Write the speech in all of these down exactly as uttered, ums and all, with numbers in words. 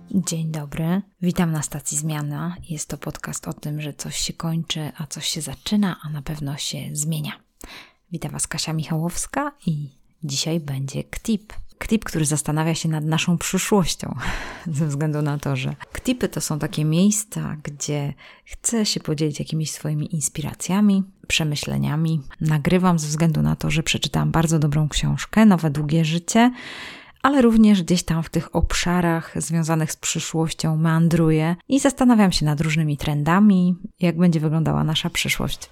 Dzień dobry, witam na stacji Zmiana. Jest to podcast o tym, że coś się kończy, a coś się zaczyna, a na pewno się zmienia. Witam Was Kasia Michałowska i dzisiaj będzie ktip. Ktip, który zastanawia się nad naszą przyszłością, ze względu na to, że ktipy to są takie miejsca, gdzie chcę się podzielić jakimiś swoimi inspiracjami, przemyśleniami. Nagrywam ze względu na to, że przeczytałam bardzo dobrą książkę, Nowe Długie Życie, ale również gdzieś tam w tych obszarach związanych z przyszłością meandruję i zastanawiam się nad różnymi trendami, jak będzie wyglądała nasza przyszłość.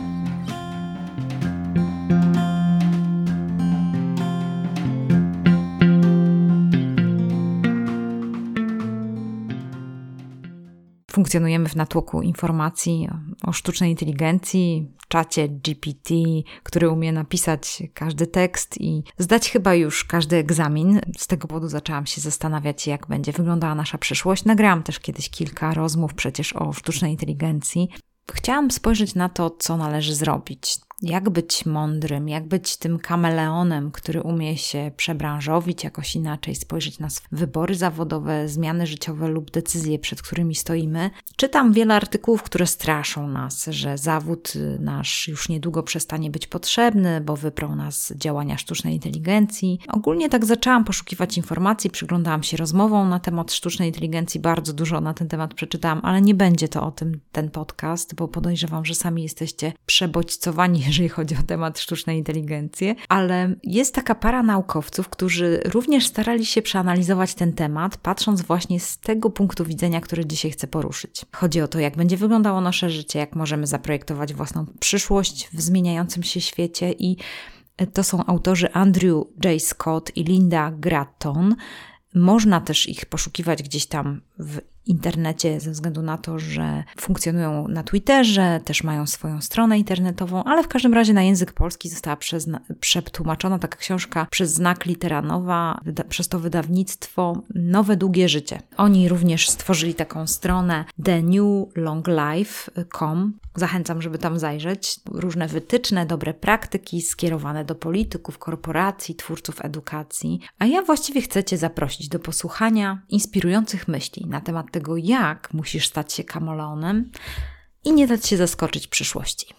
Funkcjonujemy w natłoku informacji o sztucznej inteligencji, czacie G P T, który umie napisać każdy tekst i zdać chyba już każdy egzamin. Z tego powodu zaczęłam się zastanawiać, jak będzie wyglądała nasza przyszłość. Nagrałam też kiedyś kilka rozmów przecież o sztucznej inteligencji. Chciałam spojrzeć na to, co należy zrobić. Jak być mądrym, jak być tym kameleonem, który umie się przebranżowić, jakoś inaczej spojrzeć na wybory zawodowe, zmiany życiowe lub decyzje, przed którymi stoimy. Czytam wiele artykułów, które straszą nas, że zawód nasz już niedługo przestanie być potrzebny, bo wyprą nas działania sztucznej inteligencji. Ogólnie tak zaczęłam poszukiwać informacji, przyglądałam się rozmowom na temat sztucznej inteligencji, bardzo dużo na ten temat przeczytałam, ale nie będzie to o tym ten podcast, bo podejrzewam, że sami jesteście przebodźcowani, jeżeli chodzi o temat sztucznej inteligencji, ale jest taka para naukowców, którzy również starali się przeanalizować ten temat, patrząc właśnie z tego punktu widzenia, który dzisiaj chcę poruszyć. Chodzi o to, jak będzie wyglądało nasze życie, jak możemy zaprojektować własną przyszłość w zmieniającym się świecie i to są autorzy Andrew J. Scott i Linda Gratton. Można też ich poszukiwać gdzieś tam w internecie ze względu na to, że funkcjonują na Twitterze, też mają swoją stronę internetową, ale w każdym razie na język polski została przezna- przetłumaczona taka książka przez Znak Litera Nowa, wyda- przez to wydawnictwo Nowe Długie Życie. Oni również stworzyli taką stronę the new long life kropka com. Zachęcam, żeby tam zajrzeć. Różne wytyczne, dobre praktyki skierowane do polityków, korporacji, twórców edukacji. A ja właściwie chcę Cię zaprosić do posłuchania inspirujących myśli na temat tego, jak musisz stać się kameleonem i nie dać się zaskoczyć przyszłości.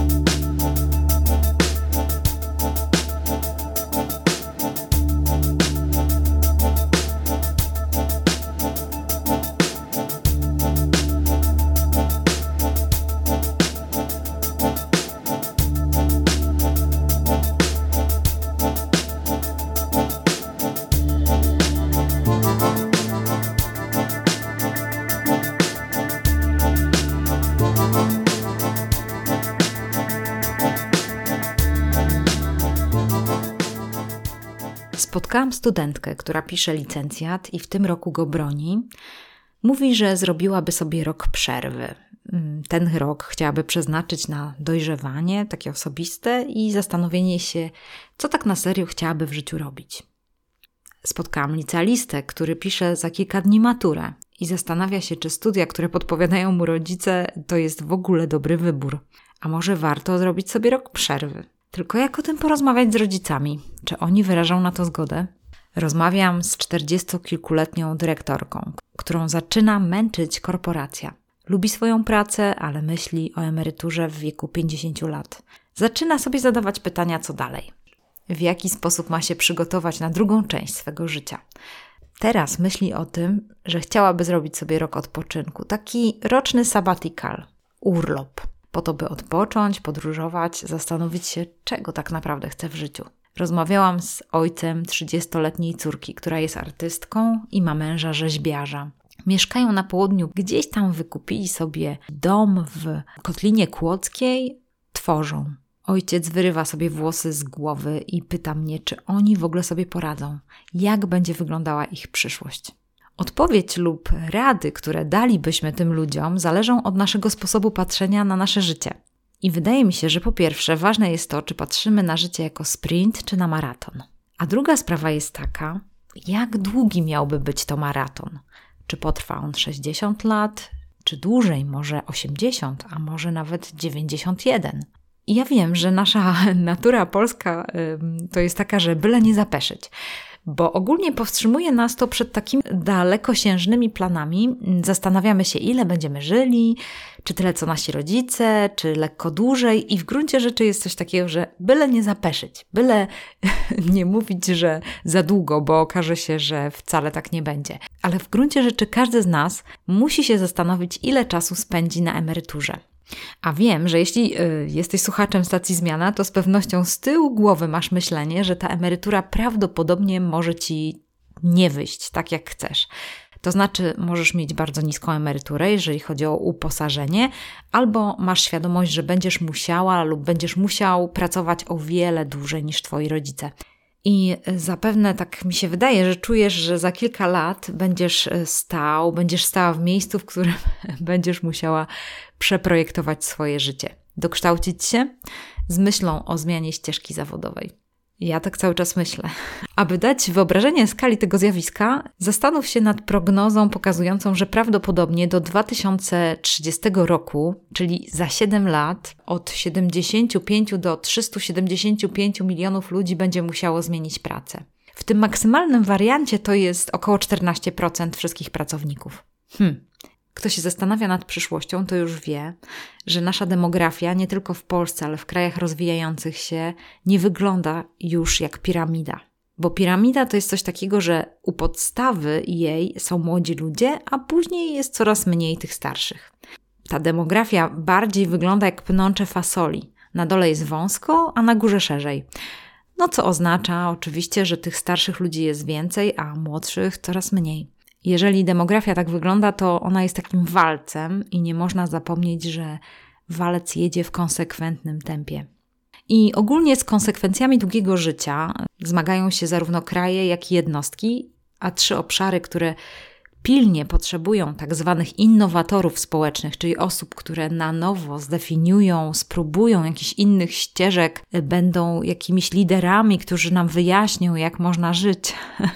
Spotkałam studentkę, która pisze licencjat i w tym roku go broni. Mówi, że zrobiłaby sobie rok przerwy. Ten rok chciałaby przeznaczyć na dojrzewanie, takie osobiste i zastanowienie się, co tak na serio chciałaby w życiu robić. Spotkałam licealistę, który pisze za kilka dni maturę i zastanawia się, czy studia, które podpowiadają mu rodzice, to jest w ogóle dobry wybór. A może warto zrobić sobie rok przerwy? Tylko jak o tym porozmawiać z rodzicami? Czy oni wyrażą na to zgodę? Rozmawiam z czterdziestokilkuletnią dyrektorką, którą zaczyna męczyć korporacja. Lubi swoją pracę, ale myśli o emeryturze w wieku pięćdziesięciu lat. Zaczyna sobie zadawać pytania, co dalej. W jaki sposób ma się przygotować na drugą część swego życia. Teraz myśli o tym, że chciałaby zrobić sobie rok odpoczynku. Taki roczny sabbatical, urlop. Po to, by odpocząć, podróżować, zastanowić się, czego tak naprawdę chce w życiu. Rozmawiałam z ojcem trzydziestoletniej córki, która jest artystką i ma męża rzeźbiarza. Mieszkają na południu, gdzieś tam wykupili sobie dom w Kotlinie Kłodzkiej, tworzą. Ojciec wyrywa sobie włosy z głowy i pyta mnie, czy oni w ogóle sobie poradzą, jak będzie wyglądała ich przyszłość. Odpowiedź lub rady, które dalibyśmy tym ludziom, zależą od naszego sposobu patrzenia na nasze życie. I wydaje mi się, że po pierwsze ważne jest to, czy patrzymy na życie jako sprint, czy na maraton. A druga sprawa jest taka, jak długi miałby być to maraton? Czy potrwa on sześćdziesiąt lat, czy dłużej, może osiemdziesiąt, a może nawet dziewięćdziesiąt jeden? I ja wiem, że nasza natura polska y, to jest taka, że byle nie zapeszyć. bo ogólnie powstrzymuje nas to przed takimi dalekosiężnymi planami. Zastanawiamy się, ile będziemy żyli, czy tyle co nasi rodzice, czy lekko dłużej i w gruncie rzeczy jest coś takiego, że byle nie zapeszyć, byle nie mówić, że za długo, bo okaże się, że wcale tak nie będzie. Ale w gruncie rzeczy każdy z nas musi się zastanowić, ile czasu spędzi na emeryturze. A wiem, że jeśli y, jesteś słuchaczem stacji Zmiana, to z pewnością z tyłu głowy masz myślenie, że ta emerytura prawdopodobnie może Ci nie wyjść tak, jak chcesz. To znaczy możesz mieć bardzo niską emeryturę, jeżeli chodzi o uposażenie, albo masz świadomość, że będziesz musiała lub będziesz musiał pracować o wiele dłużej niż Twoi rodzice. I zapewne tak mi się wydaje, że czujesz, że za kilka lat będziesz stał, będziesz stała w miejscu, w którym będziesz musiała przeprojektować swoje życie, dokształcić się z myślą o zmianie ścieżki zawodowej. Ja tak cały czas myślę. Aby dać wyobrażenie skali tego zjawiska, zastanów się nad prognozą pokazującą, że prawdopodobnie do dwa tysiące trzydziestego roku, czyli za siedem lat, od siedemdziesięciu pięciu do trzystu siedemdziesięciu pięciu milionów ludzi będzie musiało zmienić pracę. W tym maksymalnym wariancie to jest około czternaście procent wszystkich pracowników. Hmm. Kto się zastanawia nad przyszłością, to już wie, że nasza demografia nie tylko w Polsce, ale w krajach rozwijających się nie wygląda już jak piramida. Bo piramida to jest coś takiego, że u podstawy jej są młodzi ludzie, a później jest coraz mniej tych starszych. Ta demografia bardziej wygląda jak pnącze fasoli. Na dole jest wąsko, a na górze szerzej. No co oznacza oczywiście, że tych starszych ludzi jest więcej, a młodszych coraz mniej. Jeżeli demografia tak wygląda, to ona jest takim walcem i nie można zapomnieć, że walec jedzie w konsekwentnym tempie. I ogólnie z konsekwencjami długiego życia zmagają się zarówno kraje, jak i jednostki, a trzy obszary, które pilnie potrzebują tak zwanych innowatorów społecznych, czyli osób, które na nowo zdefiniują, spróbują jakichś innych ścieżek, będą jakimiś liderami, którzy nam wyjaśnią, jak można żyć.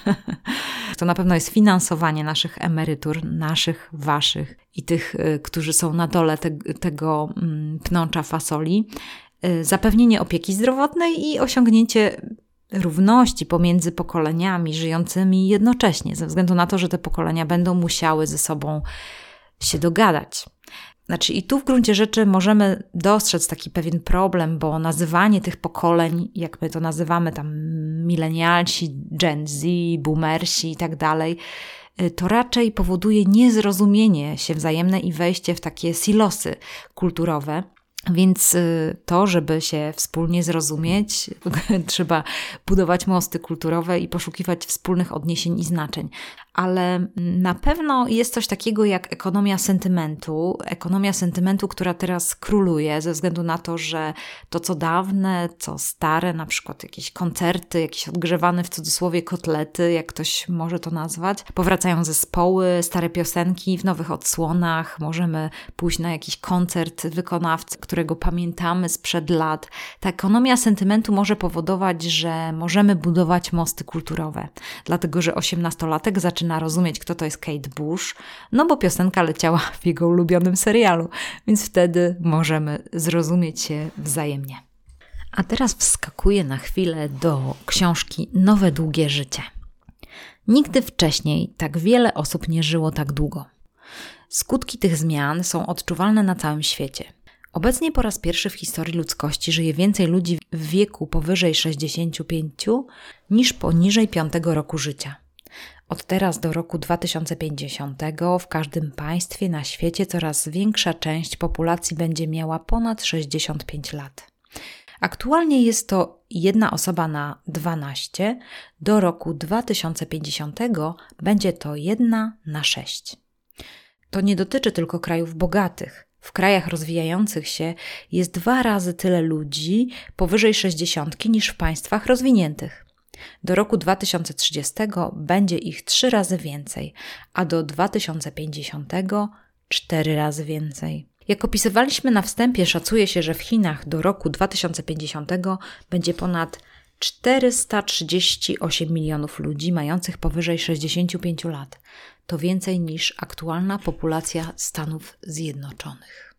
To na pewno jest finansowanie naszych emerytur, naszych, waszych i tych, którzy są na dole te, tego pnącza fasoli, zapewnienie opieki zdrowotnej i osiągnięcie równości pomiędzy pokoleniami żyjącymi jednocześnie, ze względu na to, że te pokolenia będą musiały ze sobą się dogadać. Znaczy i tu w gruncie rzeczy możemy dostrzec taki pewien problem, bo nazywanie tych pokoleń, jak my to nazywamy tam milenialsi, Gen Z, boomersi i tak dalej, to raczej powoduje niezrozumienie się wzajemne i wejście w takie silosy kulturowe. Więc to, żeby się wspólnie zrozumieć, trzeba budować mosty kulturowe i poszukiwać wspólnych odniesień i znaczeń. Ale na pewno jest coś takiego jak ekonomia sentymentu. Ekonomia sentymentu, która teraz króluje ze względu na to, że to co dawne, co stare, na przykład jakieś koncerty, jakieś odgrzewane w cudzysłowie kotlety, jak ktoś może to nazwać, powracają zespoły, stare piosenki w nowych odsłonach, możemy pójść na jakiś koncert wykonawcy, którego pamiętamy sprzed lat. Ta ekonomia sentymentu może powodować, że możemy budować mosty kulturowe. Dlatego, że osiemnastolatek zaczyna rozumieć, kto to jest Kate Bush, no bo piosenka leciała w jego ulubionym serialu, więc wtedy możemy zrozumieć się wzajemnie. A teraz wskakuję na chwilę do książki Nowe długie życie. Nigdy wcześniej tak wiele osób nie żyło tak długo. Skutki tych zmian są odczuwalne na całym świecie. Obecnie po raz pierwszy w historii ludzkości żyje więcej ludzi w wieku powyżej sześćdziesięciu pięciu niż poniżej piątego roku życia. Od teraz do roku dwa tysiące pięćdziesiątego w każdym państwie na świecie coraz większa część populacji będzie miała ponad sześćdziesiąt pięć lat. Aktualnie jest to jedna osoba na dwanaście, do roku dwa tysiące pięćdziesiątego będzie to jedna na sześć. To nie dotyczy tylko krajów bogatych. W krajach rozwijających się jest dwa razy tyle ludzi powyżej sześćdziesiątki niż w państwach rozwiniętych. Do roku dwa tysiące trzydziestego będzie ich trzy razy więcej, a do dwa tysiące pięćdziesiątego cztery razy więcej. Jak opisywaliśmy na wstępie, szacuje się, że w Chinach do roku dwa tysiące pięćdziesiątego będzie ponad czterysta trzydzieści osiem milionów ludzi mających powyżej sześćdziesięciu pięciu lat. To więcej niż aktualna populacja Stanów Zjednoczonych.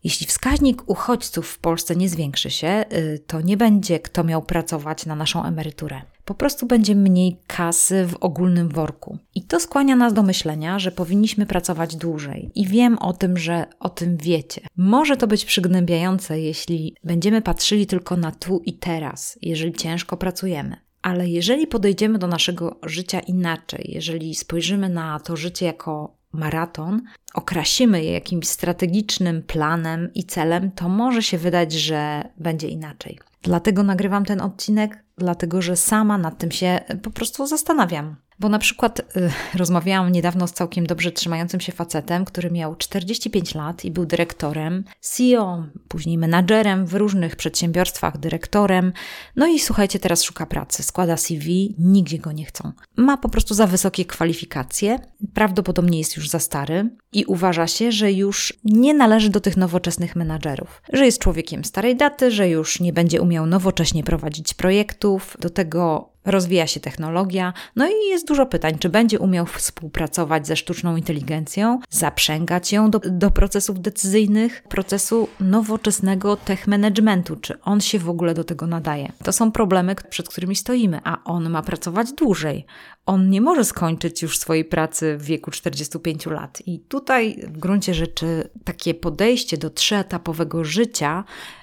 Jeśli wskaźnik uchodźców w Polsce nie zwiększy się, to nie będzie kto miał pracować na naszą emeryturę. Po prostu będzie mniej kasy w ogólnym worku. I to skłania nas do myślenia, że powinniśmy pracować dłużej. I wiem o tym, że o tym wiecie. Może to być przygnębiające, jeśli będziemy patrzyli tylko na tu i teraz, jeżeli ciężko pracujemy. Ale jeżeli podejdziemy do naszego życia inaczej, jeżeli spojrzymy na to życie jako maraton, okrasimy je jakimś strategicznym planem i celem, to może się wydać, że będzie inaczej. Dlatego nagrywam ten odcinek, dlatego że sama nad tym się po prostu zastanawiam. Bo na przykład y, rozmawiałam niedawno z całkiem dobrze trzymającym się facetem, który miał czterdzieści pięć lat i był dyrektorem, C E O, później menadżerem w różnych przedsiębiorstwach, dyrektorem. No i słuchajcie, teraz szuka pracy, składa C V, nigdzie go nie chcą. Ma po prostu za wysokie kwalifikacje, prawdopodobnie jest już za stary i uważa się, że już nie należy do tych nowoczesnych menadżerów. Że jest człowiekiem starej daty, że już nie będzie umiał nowocześnie prowadzić projektów, do tego rozwija się technologia, no i jest dużo pytań, czy będzie umiał współpracować ze sztuczną inteligencją, zaprzęgać ją do, do procesów decyzyjnych, procesu nowoczesnego tech managementu, czy on się w ogóle do tego nadaje. To są problemy, przed którymi stoimy, a on ma pracować dłużej. On nie może skończyć już swojej pracy w wieku czterdziestu pięciu lat. I tutaj w gruncie rzeczy takie podejście do trzyetapowego życia,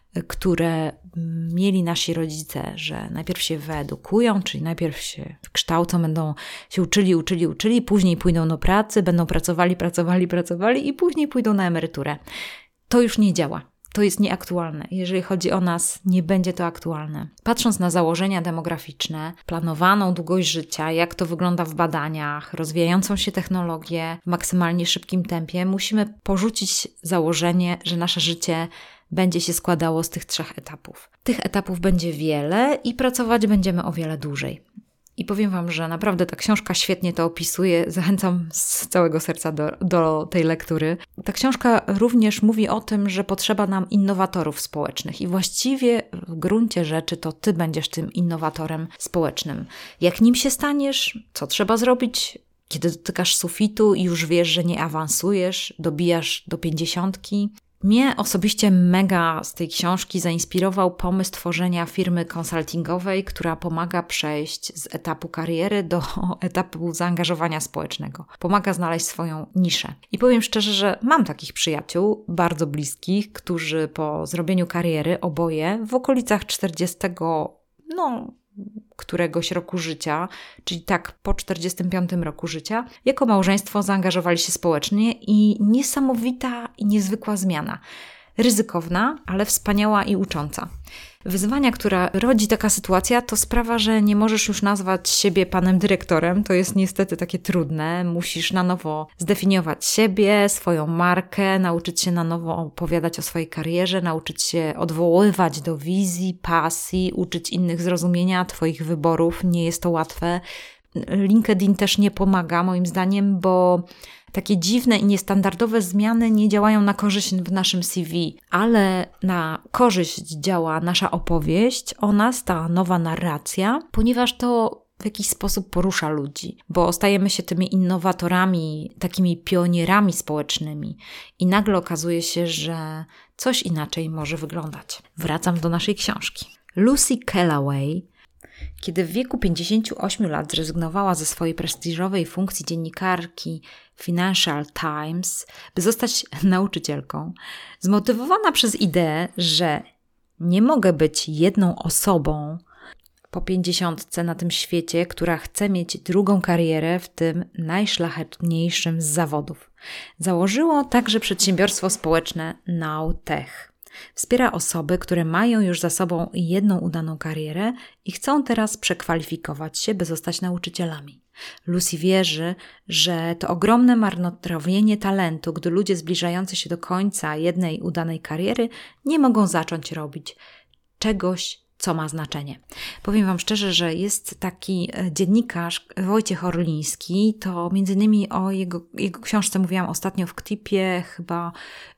które mieli nasi rodzice, że najpierw się wyedukują, czyli najpierw się kształcą, będą się uczyli, uczyli, uczyli, później pójdą do pracy, będą pracowali, pracowali, pracowali i później pójdą na emeryturę. To już nie działa. To jest nieaktualne. Jeżeli chodzi o nas, nie będzie to aktualne. Patrząc na założenia demograficzne, planowaną długość życia, jak to wygląda w badaniach, rozwijającą się technologię w maksymalnie szybkim tempie, musimy porzucić założenie, że nasze życie będzie się składało z tych trzech etapów. Tych etapów będzie wiele i pracować będziemy o wiele dłużej. I powiem Wam, że naprawdę ta książka świetnie to opisuje. Zachęcam z całego serca do, do tej lektury. Ta książka również mówi o tym, że potrzeba nam innowatorów społecznych i właściwie w gruncie rzeczy to Ty będziesz tym innowatorem społecznym. Jak nim się staniesz, co trzeba zrobić, kiedy dotykasz sufitu i już wiesz, że nie awansujesz, dobijasz do pięćdziesiątki. Mnie osobiście mega z tej książki zainspirował pomysł tworzenia firmy konsultingowej, która pomaga przejść z etapu kariery do etapu zaangażowania społecznego. Pomaga znaleźć swoją niszę. I powiem szczerze, że mam takich przyjaciół, bardzo bliskich, którzy po zrobieniu kariery oboje w okolicach czterdziestego, no... któregoś roku życia, czyli tak po czterdziestym piątym roku życia, jako małżeństwo zaangażowali się społecznie i niesamowita i niezwykła zmiana. Ryzykowna, ale wspaniała i ucząca. Wyzwania, które rodzi taka sytuacja, to sprawa, że nie możesz już nazwać siebie panem dyrektorem. To jest niestety takie trudne. Musisz na nowo zdefiniować siebie, swoją markę, nauczyć się na nowo opowiadać o swojej karierze, nauczyć się odwoływać do wizji, pasji, uczyć innych zrozumienia twoich wyborów. Nie jest to łatwe. LinkedIn też nie pomaga moim zdaniem, bo takie dziwne i niestandardowe zmiany nie działają na korzyść w naszym C V, ale na korzyść działa nasza opowieść o nas, ta nowa narracja, ponieważ to w jakiś sposób porusza ludzi, bo stajemy się tymi innowatorami, takimi pionierami społecznymi i nagle okazuje się, że coś inaczej może wyglądać. Wracam do naszej książki. Lucy Callaway, kiedy w wieku pięćdziesięciu ośmiu lat zrezygnowała ze swojej prestiżowej funkcji dziennikarki Financial Times, by zostać nauczycielką, zmotywowana przez ideę, że nie mogę być jedną osobą po pięćdziesiątce na tym świecie, która chce mieć drugą karierę w tym najszlachetniejszym z zawodów. Założyło także przedsiębiorstwo społeczne NowTech. Wspiera osoby, które mają już za sobą jedną udaną karierę i chcą teraz przekwalifikować się, by zostać nauczycielami. Lucy wierzy, że to ogromne marnotrawienie talentu, gdy ludzie zbliżający się do końca jednej udanej kariery nie mogą zacząć robić czegoś, co ma znaczenie. Powiem Wam szczerze, że jest taki dziennikarz Wojciech Orliński, to między innymi o jego, jego książce mówiłam ostatnio w klipie, chyba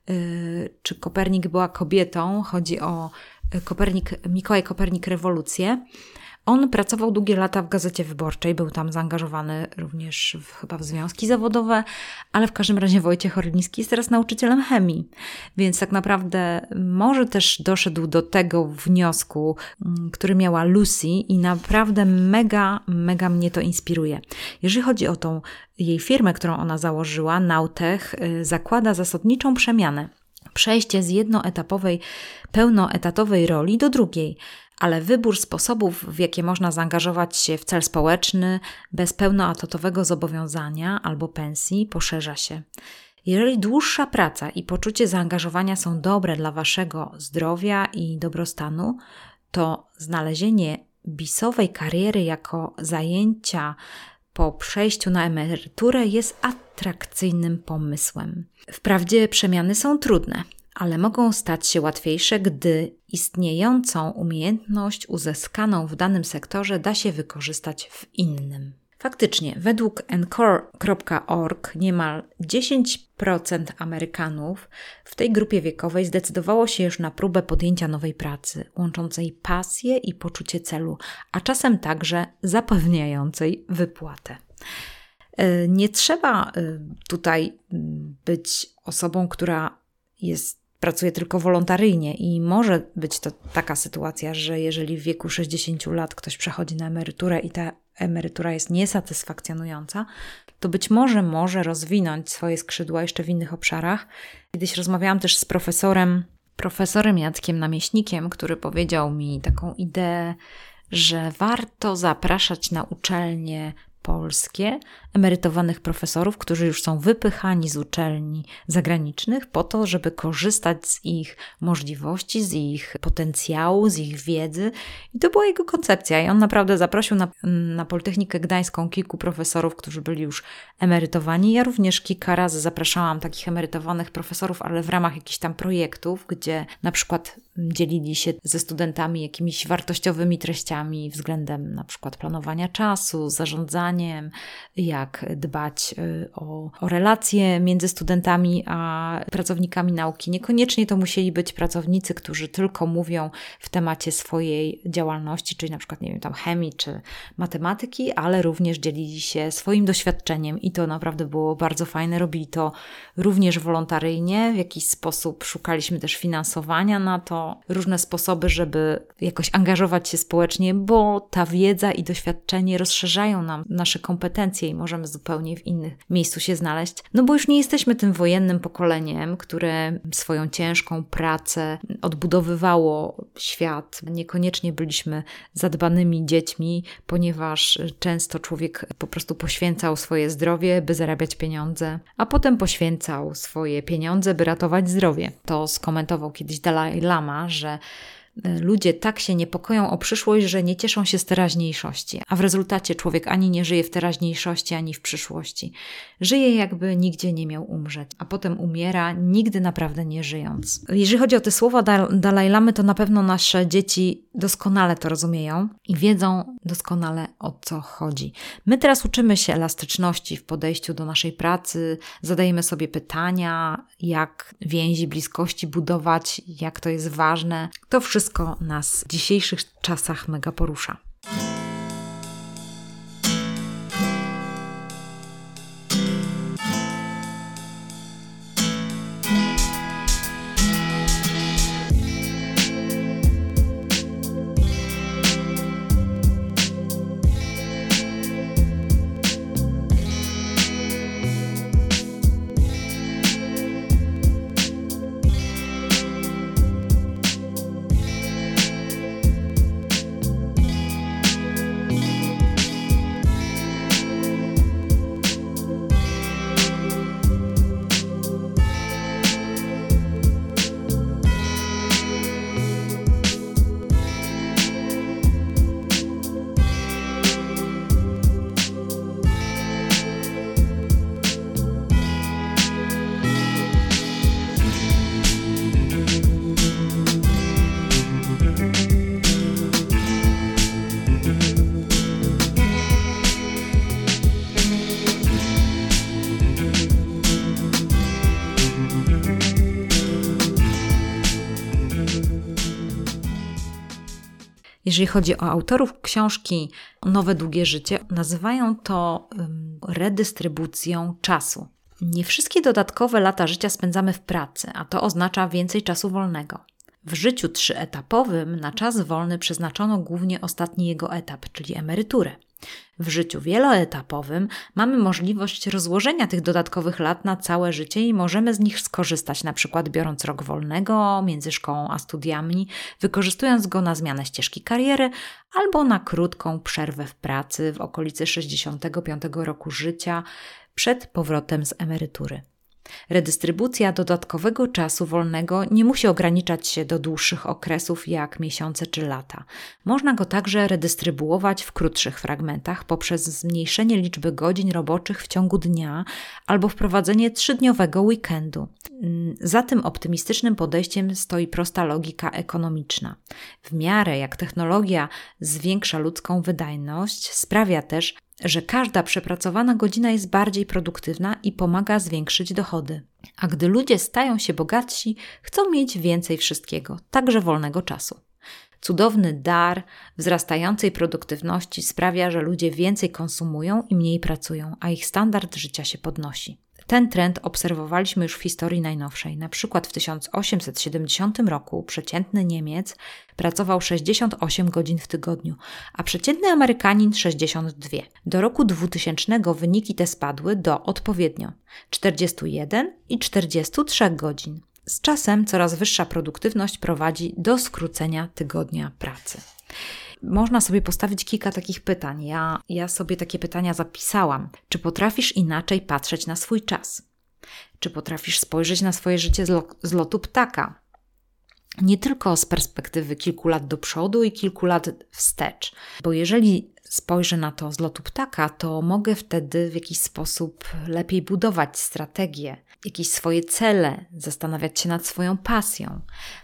yy, czy Kopernik była kobietą, chodzi o Kopernik, Mikołaj Kopernik Rewolucję. On pracował długie lata w Gazecie Wyborczej, był tam zaangażowany również w, chyba w związki zawodowe, ale w każdym razie Wojciech Orliński jest teraz nauczycielem chemii, więc tak naprawdę może też doszedł do tego wniosku, który miała Lucy i naprawdę mega, mega mnie to inspiruje. Jeżeli chodzi o tą jej firmę, którą ona założyła, Nautech, zakłada zasadniczą przemianę. Przejście z jednoetapowej, pełnoetatowej roli do drugiej, ale wybór sposobów, w jakie można zaangażować się w cel społeczny bez pełnoetatowego zobowiązania albo pensji, poszerza się. Jeżeli dłuższa praca i poczucie zaangażowania są dobre dla Waszego zdrowia i dobrostanu, to znalezienie bisowej kariery jako zajęcia po przejściu na emeryturę jest atrakcyjnym pomysłem. Wprawdzie przemiany są trudne, ale mogą stać się łatwiejsze, gdy istniejącą umiejętność uzyskaną w danym sektorze da się wykorzystać w innym. Faktycznie, według encore kropka org niemal dziesięć procent Amerykanów w tej grupie wiekowej zdecydowało się już na próbę podjęcia nowej pracy, łączącej pasję i poczucie celu, a czasem także zapewniającej wypłatę. Nie trzeba tutaj być osobą, która jest, pracuje tylko wolontaryjnie i może być to taka sytuacja, że jeżeli w wieku sześćdziesięciu lat ktoś przechodzi na emeryturę i ta emerytura jest niesatysfakcjonująca, to być może może rozwinąć swoje skrzydła jeszcze w innych obszarach. Kiedyś rozmawiałam też z profesorem, profesorem Jackiem Namieśnikiem, który powiedział mi taką ideę, że warto zapraszać na uczelnie polskie emerytowanych profesorów, którzy już są wypychani z uczelni zagranicznych po to, żeby korzystać z ich możliwości, z ich potencjału, z ich wiedzy. I to była jego koncepcja. I on naprawdę zaprosił na, na Politechnikę Gdańską kilku profesorów, którzy byli już emerytowani. Ja również kilka razy zapraszałam takich emerytowanych profesorów, ale w ramach jakichś tam projektów, gdzie na przykład dzielili się ze studentami jakimiś wartościowymi treściami względem na przykład planowania czasu, zarządzaniem, jak dbać o, o relacje między studentami a pracownikami nauki. Niekoniecznie to musieli być pracownicy, którzy tylko mówią w temacie swojej działalności, czyli na przykład, nie wiem, tam chemii czy matematyki, ale również dzielili się swoim doświadczeniem i to naprawdę było bardzo fajne. Robili to również wolontaryjnie, w jakiś sposób szukaliśmy też finansowania na to, różne sposoby, żeby jakoś angażować się społecznie, bo ta wiedza i doświadczenie rozszerzają nam nasze kompetencje i możemy zupełnie w innym miejscu się znaleźć. No bo już nie jesteśmy tym wojennym pokoleniem, które swoją ciężką pracę odbudowywało świat. Niekoniecznie byliśmy zadbanymi dziećmi, ponieważ często człowiek po prostu poświęcał swoje zdrowie, by zarabiać pieniądze, a potem poświęcał swoje pieniądze, by ratować zdrowie. To skomentował kiedyś Dalaj Lama, że ludzie tak się niepokoją o przyszłość, że nie cieszą się z teraźniejszości, a w rezultacie człowiek ani nie żyje w teraźniejszości, ani w przyszłości. Żyje, jakby nigdzie nie miał umrzeć, a potem umiera, nigdy naprawdę nie żyjąc. Jeżeli chodzi o te słowa Dalaj Lamy, to na pewno nasze dzieci doskonale to rozumieją i wiedzą doskonale, o co chodzi. My teraz uczymy się elastyczności w podejściu do naszej pracy, zadajemy sobie pytania, jak więzi bliskości budować, jak to jest ważne. To wszystko nas w dzisiejszych czasach mega porusza. Jeżeli chodzi o autorów książki Nowe Długie Życie, nazywają to um, redystrybucją czasu. Nie wszystkie dodatkowe lata życia spędzamy w pracy, a to oznacza więcej czasu wolnego. W życiu trzyetapowym na czas wolny przeznaczono głównie ostatni jego etap, czyli emeryturę. W życiu wieloetapowym mamy możliwość rozłożenia tych dodatkowych lat na całe życie i możemy z nich skorzystać, na przykład biorąc rok wolnego między szkołą a studiami, wykorzystując go na zmianę ścieżki kariery albo na krótką przerwę w pracy w okolicy sześćdziesiątego piątego roku życia przed powrotem z emerytury. Redystrybucja dodatkowego czasu wolnego nie musi ograniczać się do dłuższych okresów jak miesiące czy lata. Można go także redystrybuować w krótszych fragmentach poprzez zmniejszenie liczby godzin roboczych w ciągu dnia albo wprowadzenie trzydniowego weekendu. Za tym optymistycznym podejściem stoi prosta logika ekonomiczna. W miarę jak technologia zwiększa ludzką wydajność, sprawia też, że każda przepracowana godzina jest bardziej produktywna i pomaga zwiększyć dochody. A gdy ludzie stają się bogatsi, chcą mieć więcej wszystkiego, także wolnego czasu. Cudowny dar wzrastającej produktywności sprawia, że ludzie więcej konsumują i mniej pracują, a ich standard życia się podnosi. Ten trend obserwowaliśmy już w historii najnowszej. Na przykład w tysiąc osiemset siedemdziesiątym roku przeciętny Niemiec pracował sześćdziesiąt osiem godzin w tygodniu, a przeciętny Amerykanin sześćdziesiąt dwa. Do roku dwutysięcznego wyniki te spadły do odpowiednio czterdzieści jeden i czterdzieści trzy godzin. Z czasem coraz wyższa produktywność prowadzi do skrócenia tygodnia pracy. Można sobie postawić kilka takich pytań. Ja, ja sobie takie pytania zapisałam. Czy potrafisz inaczej patrzeć na swój czas? Czy potrafisz spojrzeć na swoje życie z, lo, z lotu ptaka? Nie tylko z perspektywy kilku lat do przodu i kilku lat wstecz. Bo jeżeli spojrzę na to z lotu ptaka, to mogę wtedy w jakiś sposób lepiej budować strategię, jakieś swoje cele, zastanawiać się nad swoją pasją.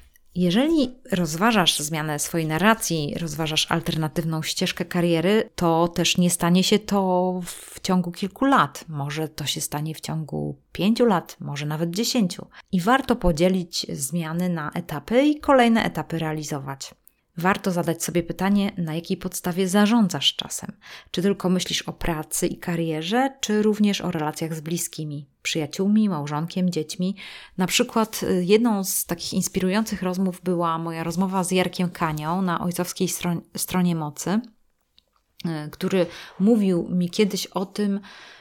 Jeżeli rozważasz zmianę swojej narracji, rozważasz alternatywną ścieżkę kariery, to też nie stanie się to w ciągu kilku lat. Może to się stanie w ciągu pięciu lat, może nawet dziesięciu. I warto podzielić zmiany na etapy i kolejne etapy realizować. Warto zadać sobie pytanie, na jakiej podstawie zarządzasz czasem. Czy tylko myślisz o pracy i karierze, czy również o relacjach z bliskimi, przyjaciółmi, małżonkiem, dziećmi. Na przykład jedną z takich inspirujących rozmów była moja rozmowa z Jarkiem Kanią na Ojcowskiej Stron- Stronie Mocy, który mówił mi kiedyś o tym,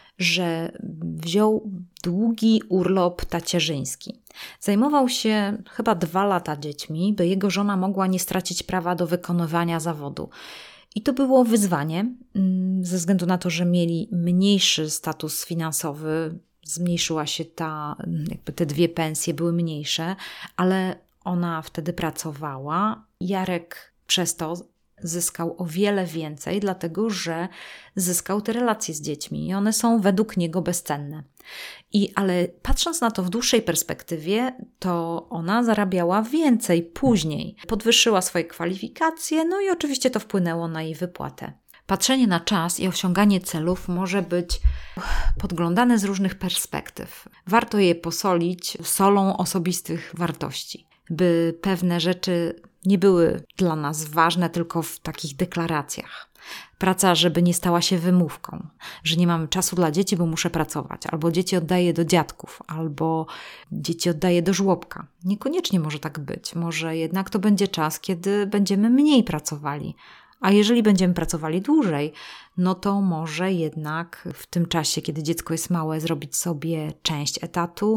że wziął długi urlop tacierzyński. Zajmował się chyba dwa lata dziećmi, by jego żona mogła nie stracić prawa do wykonywania zawodu. I to było wyzwanie, ze względu na to, że mieli mniejszy status finansowy, zmniejszyła się ta, jakby te dwie pensje były mniejsze, ale ona wtedy pracowała. Jarek przez to zyskał o wiele więcej, dlatego że zyskał te relacje z dziećmi i one są według niego bezcenne. I, ale patrząc na to w dłuższej perspektywie, to ona zarabiała więcej później. Podwyższyła swoje kwalifikacje, no i oczywiście to wpłynęło na jej wypłatę. Patrzenie na czas i osiąganie celów może być podglądane z różnych perspektyw. Warto je posolić solą osobistych wartości, by pewne rzeczy nie były dla nas ważne tylko w takich deklaracjach. Praca, żeby nie stała się wymówką, że nie mamy czasu dla dzieci, bo muszę pracować, albo dzieci oddaję do dziadków, albo dzieci oddaję do żłobka. Niekoniecznie może tak być. Może jednak to będzie czas, kiedy będziemy mniej pracowali. A jeżeli będziemy pracowali dłużej, no to może jednak w tym czasie, kiedy dziecko jest małe, zrobić sobie część etatu,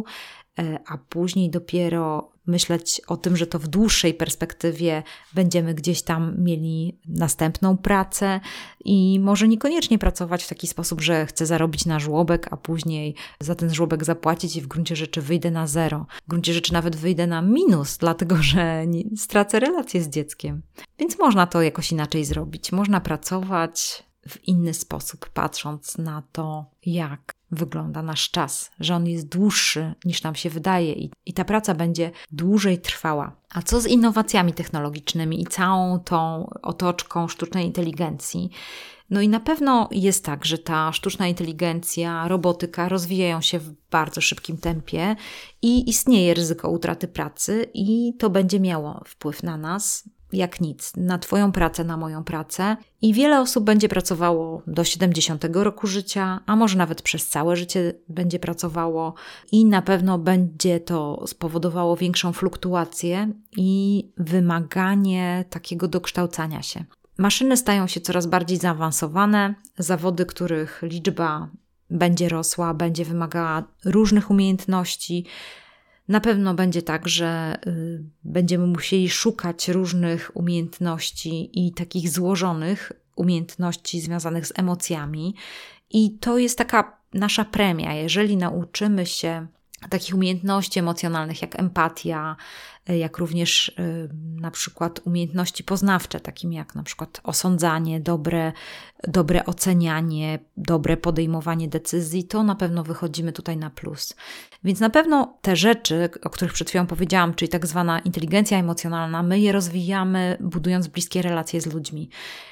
a później dopiero myśleć o tym, że to w dłuższej perspektywie będziemy gdzieś tam mieli następną pracę i może niekoniecznie pracować w taki sposób, że chcę zarobić na żłobek, a później za ten żłobek zapłacić i w gruncie rzeczy wyjdę na zero. W gruncie rzeczy nawet wyjdę na minus, dlatego że nie, stracę relację z dzieckiem. Więc można to jakoś inaczej zrobić. Można pracować w inny sposób, patrząc na to, jak wygląda nasz czas, że on jest dłuższy niż nam się wydaje i, i ta praca będzie dłużej trwała. A co z innowacjami technologicznymi i całą tą otoczką sztucznej inteligencji? No i na pewno jest tak, że ta sztuczna inteligencja, robotyka rozwijają się w bardzo szybkim tempie i istnieje ryzyko utraty pracy i to będzie miało wpływ na nas. jak nic, na Twoją pracę, na moją pracę i wiele osób będzie pracowało do siedemdziesiątego roku życia, a może nawet przez całe życie będzie pracowało i na pewno będzie to spowodowało większą fluktuację i wymaganie takiego dokształcania się. Maszyny stają się coraz bardziej zaawansowane, zawody, których liczba będzie rosła, będzie wymagała różnych umiejętności. Na pewno będzie tak, że y, będziemy musieli szukać różnych umiejętności i takich złożonych umiejętności związanych z emocjami. I to jest taka nasza premia. Jeżeli nauczymy się takich umiejętności emocjonalnych jak empatia, jak również y, na przykład umiejętności poznawcze, takimi jak na przykład osądzanie, dobre, dobre ocenianie, dobre podejmowanie decyzji, to na pewno wychodzimy tutaj na plus. Więc na pewno te rzeczy, o których przed chwilą powiedziałam, czyli tak zwana inteligencja emocjonalna, my je rozwijamy, budując bliskie relacje z ludźmi.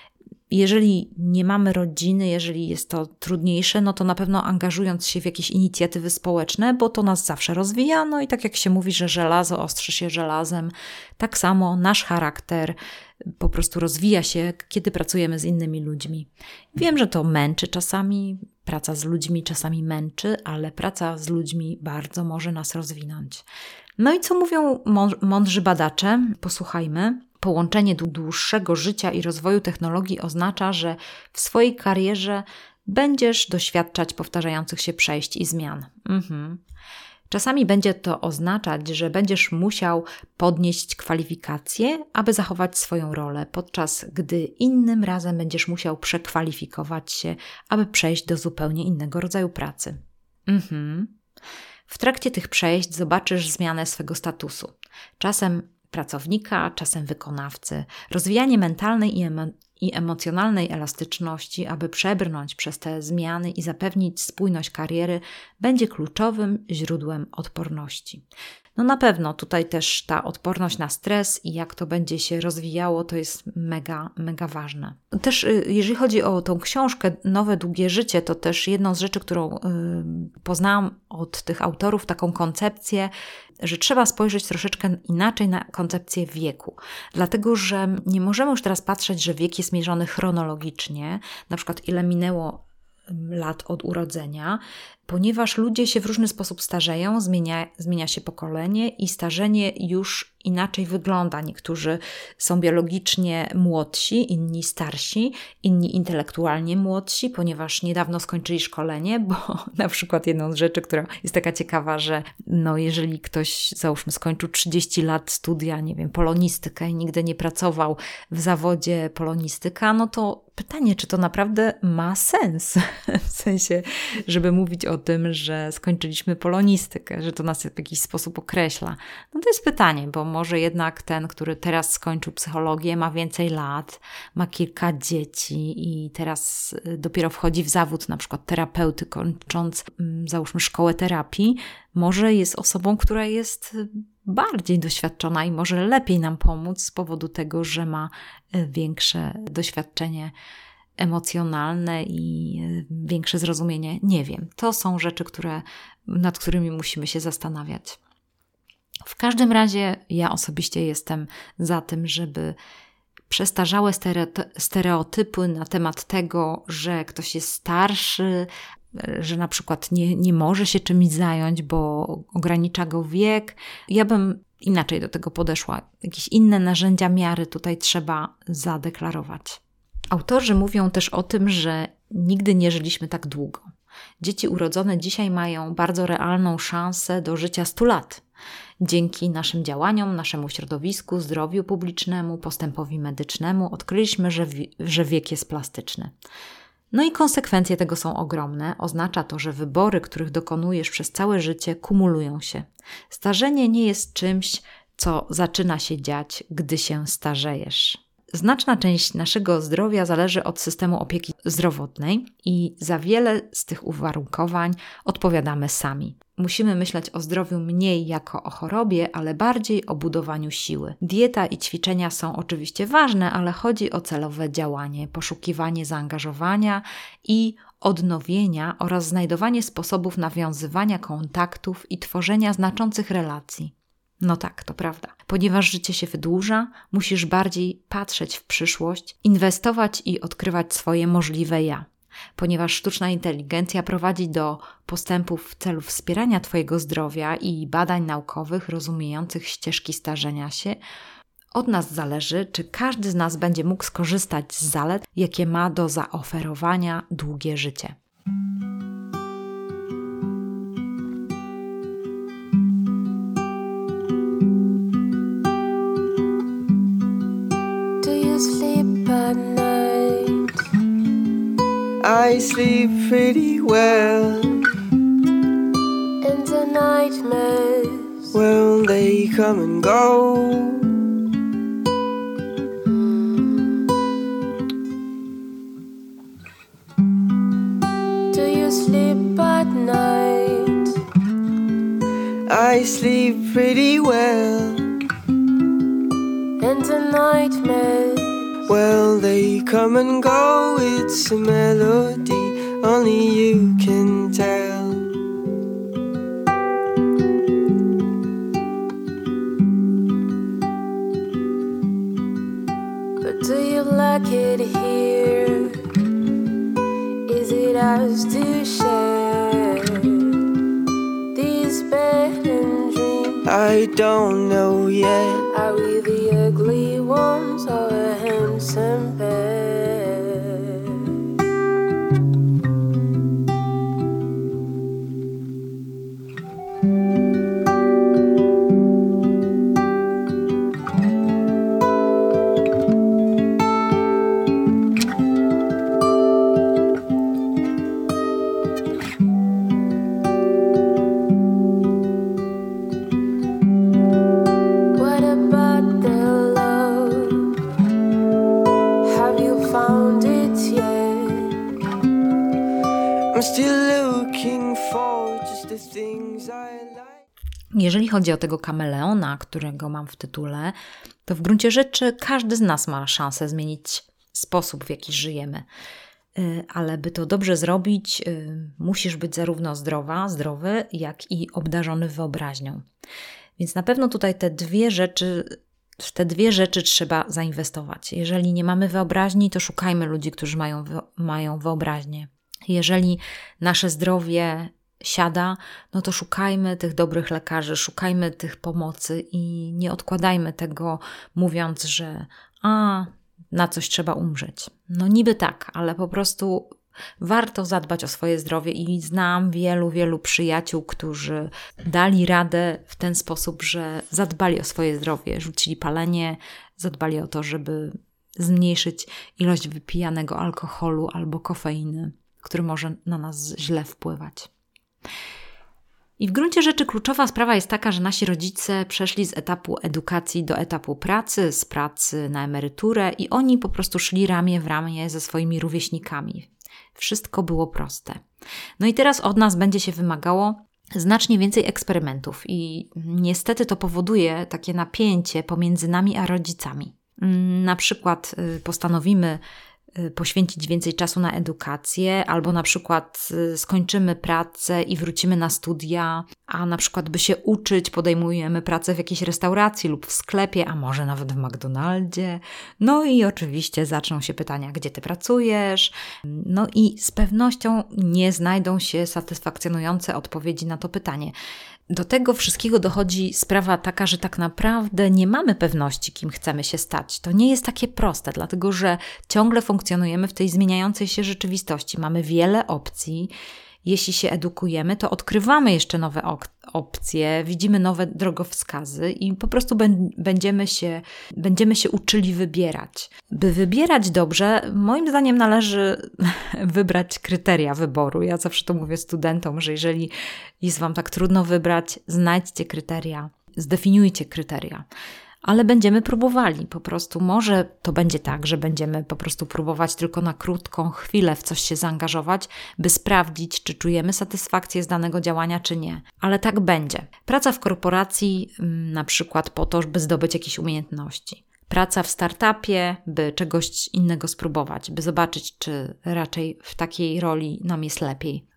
Jeżeli nie mamy rodziny, jeżeli jest to trudniejsze, no to na pewno angażując się w jakieś inicjatywy społeczne, bo to nas zawsze rozwija, no i tak jak się mówi, że żelazo ostrzy się żelazem, tak samo nasz charakter po prostu rozwija się, kiedy pracujemy z innymi ludźmi. Wiem, że to męczy czasami, praca z ludźmi czasami męczy, ale praca z ludźmi bardzo może nas rozwinąć. No i co mówią mądrzy badacze? Posłuchajmy. Połączenie dłuższego życia i rozwoju technologii oznacza, że w swojej karierze będziesz doświadczać powtarzających się przejść i zmian. Mhm. Czasami będzie to oznaczać, że będziesz musiał podnieść kwalifikacje, aby zachować swoją rolę, podczas gdy innym razem będziesz musiał przekwalifikować się, aby przejść do zupełnie innego rodzaju pracy. Mhm. W trakcie tych przejść zobaczysz zmianę swego statusu. Czasem pracownika, czasem wykonawcy. Rozwijanie mentalnej i, emo- i emocjonalnej elastyczności, aby przebrnąć przez te zmiany i zapewnić spójność kariery, będzie kluczowym źródłem odporności. No na pewno tutaj też ta odporność na stres i jak to będzie się rozwijało, to jest mega, mega ważne. Też jeżeli chodzi o tą książkę Nowe Długie Życie, to też jedną z rzeczy, którą yy, poznałam od tych autorów, taką koncepcję, że trzeba spojrzeć troszeczkę inaczej na koncepcję wieku. Dlatego, że nie możemy już teraz patrzeć, że wiek jest mierzony chronologicznie, na przykład ile minęło lat od urodzenia, ponieważ ludzie się w różny sposób starzeją, zmienia, zmienia się pokolenie i starzenie już inaczej wygląda. Niektórzy są biologicznie młodsi, inni starsi, inni intelektualnie młodsi, ponieważ niedawno skończyli szkolenie, bo na przykład jedną z rzeczy, która jest taka ciekawa, że no jeżeli ktoś, załóżmy, skończył trzydzieści lat studia, nie wiem, polonistykę i nigdy nie pracował w zawodzie polonistyka, no to pytanie, czy to naprawdę ma sens? W sensie, żeby mówić o tym, że skończyliśmy polonistykę, że to nas w jakiś sposób określa. No to jest pytanie, bo może jednak ten, który teraz skończył psychologię, ma więcej lat, ma kilka dzieci i teraz dopiero wchodzi w zawód na przykład terapeuty, kończąc, załóżmy, szkołę terapii, może jest osobą, która jest bardziej doświadczona i może lepiej nam pomóc z powodu tego, że ma większe doświadczenie emocjonalne i większe zrozumienie. Nie wiem. To są rzeczy, które, nad którymi musimy się zastanawiać. W każdym razie ja osobiście jestem za tym, żeby przestarzałe stereotypy na temat tego, że ktoś jest starszy, że na przykład nie, nie może się czymś zająć, bo ogranicza go wiek. Ja bym inaczej do tego podeszła. Jakieś inne narzędzia miary tutaj trzeba zadeklarować. Autorzy mówią też o tym, że nigdy nie żyliśmy tak długo. Dzieci urodzone dzisiaj mają bardzo realną szansę do życia stu lat. Dzięki naszym działaniom, naszemu środowisku, zdrowiu publicznemu, postępowi medycznemu odkryliśmy, że, wi- że wiek jest plastyczny. No i konsekwencje tego są ogromne. Oznacza to, że wybory, których dokonujesz przez całe życie, kumulują się. Starzenie nie jest czymś, co zaczyna się dziać, gdy się starzejesz. Znaczna część naszego zdrowia zależy od systemu opieki zdrowotnej i za wiele z tych uwarunkowań odpowiadamy sami. Musimy myśleć o zdrowiu mniej jako o chorobie, ale bardziej o budowaniu siły. Dieta i ćwiczenia są oczywiście ważne, ale chodzi o celowe działanie, poszukiwanie zaangażowania i odnowienia oraz znajdowanie sposobów nawiązywania kontaktów i tworzenia znaczących relacji. No tak, to prawda. Ponieważ życie się wydłuża, musisz bardziej patrzeć w przyszłość, inwestować i odkrywać swoje możliwe ja. Ponieważ sztuczna inteligencja prowadzi do postępów w celu wspierania Twojego zdrowia i badań naukowych rozumiejących ścieżki starzenia się, od nas zależy, czy każdy z nas będzie mógł skorzystać z zalet, jakie ma do zaoferowania długie życie. Do you sleep at night? I sleep pretty well. And the nightmares, Well, they come and go. do you sleep at night? I sleep pretty well. And the nightmares, Well, they come and go. It's a melody only you can tell. but do you like it here? Is it ours to share these bed and dreams? I don't know yet. Are we the ugly ones or a handsome pair? What about the love? Have you found it yet? I'm still looking for just the things I like. Jeżeli chodzi o tego kameleona, którego mam w tytule, to w gruncie rzeczy każdy z nas ma szansę zmienić sposób, w jaki żyjemy. Y, Ale by to dobrze zrobić, y, musisz być zarówno zdrowa, zdrowy, jak i obdarzony wyobraźnią. Więc na pewno tutaj te dwie rzeczy, w te dwie rzeczy trzeba zainwestować. Jeżeli nie mamy wyobraźni, to szukajmy ludzi, którzy mają, wyo- mają wyobraźnię. Jeżeli nasze zdrowie siada, no to szukajmy tych dobrych lekarzy, szukajmy tych pomocy i nie odkładajmy tego, mówiąc, że a, na coś trzeba umrzeć. No niby tak, ale po prostu warto zadbać o swoje zdrowie i znam wielu, wielu przyjaciół, którzy dali radę w ten sposób, że zadbali o swoje zdrowie, rzucili palenie, zadbali o to, żeby zmniejszyć ilość wypijanego alkoholu albo kofeiny, który może na nas źle wpływać. I w gruncie rzeczy kluczowa sprawa jest taka, że nasi rodzice przeszli z etapu edukacji do etapu pracy, z pracy na emeryturę i oni po prostu szli ramię w ramię ze swoimi rówieśnikami. Wszystko było proste. No i teraz od nas będzie się wymagało znacznie więcej eksperymentów i niestety to powoduje takie napięcie pomiędzy nami a rodzicami. Na przykład y, postanowimy y, poświęcić więcej czasu na edukację, albo na przykład y, skończymy pracę i wrócimy na studia, a na przykład by się uczyć, podejmujemy pracę w jakiejś restauracji lub w sklepie, a może nawet w McDonaldzie. No i oczywiście zaczną się pytania, gdzie ty pracujesz? No i z pewnością nie znajdą się satysfakcjonujące odpowiedzi na to pytanie. Do tego wszystkiego dochodzi sprawa taka, że tak naprawdę nie mamy pewności, kim chcemy się stać. To nie jest takie proste, dlatego że ciągle funkcjonujemy w tej zmieniającej się rzeczywistości. Mamy wiele opcji. Jeśli się edukujemy, to odkrywamy jeszcze nowe ok- opcje, widzimy nowe drogowskazy i po prostu ben- będziemy się, będziemy się uczyli wybierać. By wybierać dobrze, moim zdaniem należy wybrać kryteria wyboru. Ja zawsze to mówię studentom, że jeżeli jest Wam tak trudno wybrać, znajdźcie kryteria, zdefiniujcie kryteria. Ale będziemy próbowali. Po prostu może to będzie tak, że będziemy po prostu próbować tylko na krótką chwilę w coś się zaangażować, by sprawdzić, czy czujemy satysfakcję z danego działania, czy nie. Ale tak będzie. Praca w korporacji na przykład po to, by zdobyć jakieś umiejętności. Praca w startupie, by czegoś innego spróbować, by zobaczyć, czy raczej w takiej roli nam jest lepiej.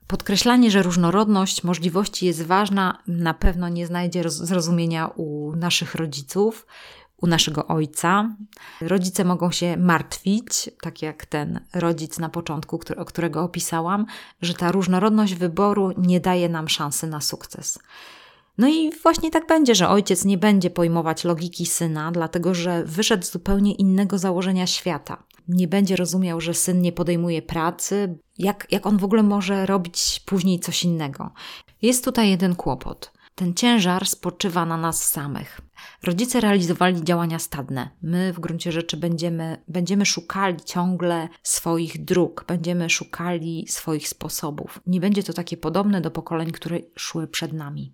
Podkreślanie, że różnorodność możliwości jest ważna, na pewno nie znajdzie roz- zrozumienia u naszych rodziców, u naszego ojca. Rodzice mogą się martwić, tak jak ten rodzic na początku, który, o którego opisałam, że ta różnorodność wyboru nie daje nam szansy na sukces. No i właśnie tak będzie, że ojciec nie będzie pojmować logiki syna, dlatego że wyszedł z zupełnie innego założenia świata. Nie będzie rozumiał, że syn nie podejmuje pracy, jak, jak on w ogóle może robić później coś innego. Jest tutaj jeden kłopot. Ten ciężar spoczywa na nas samych. Rodzice realizowali działania stadne. My w gruncie rzeczy będziemy, będziemy szukali ciągle swoich dróg, będziemy szukali swoich sposobów. Nie będzie to takie podobne do pokoleń, które szły przed nami.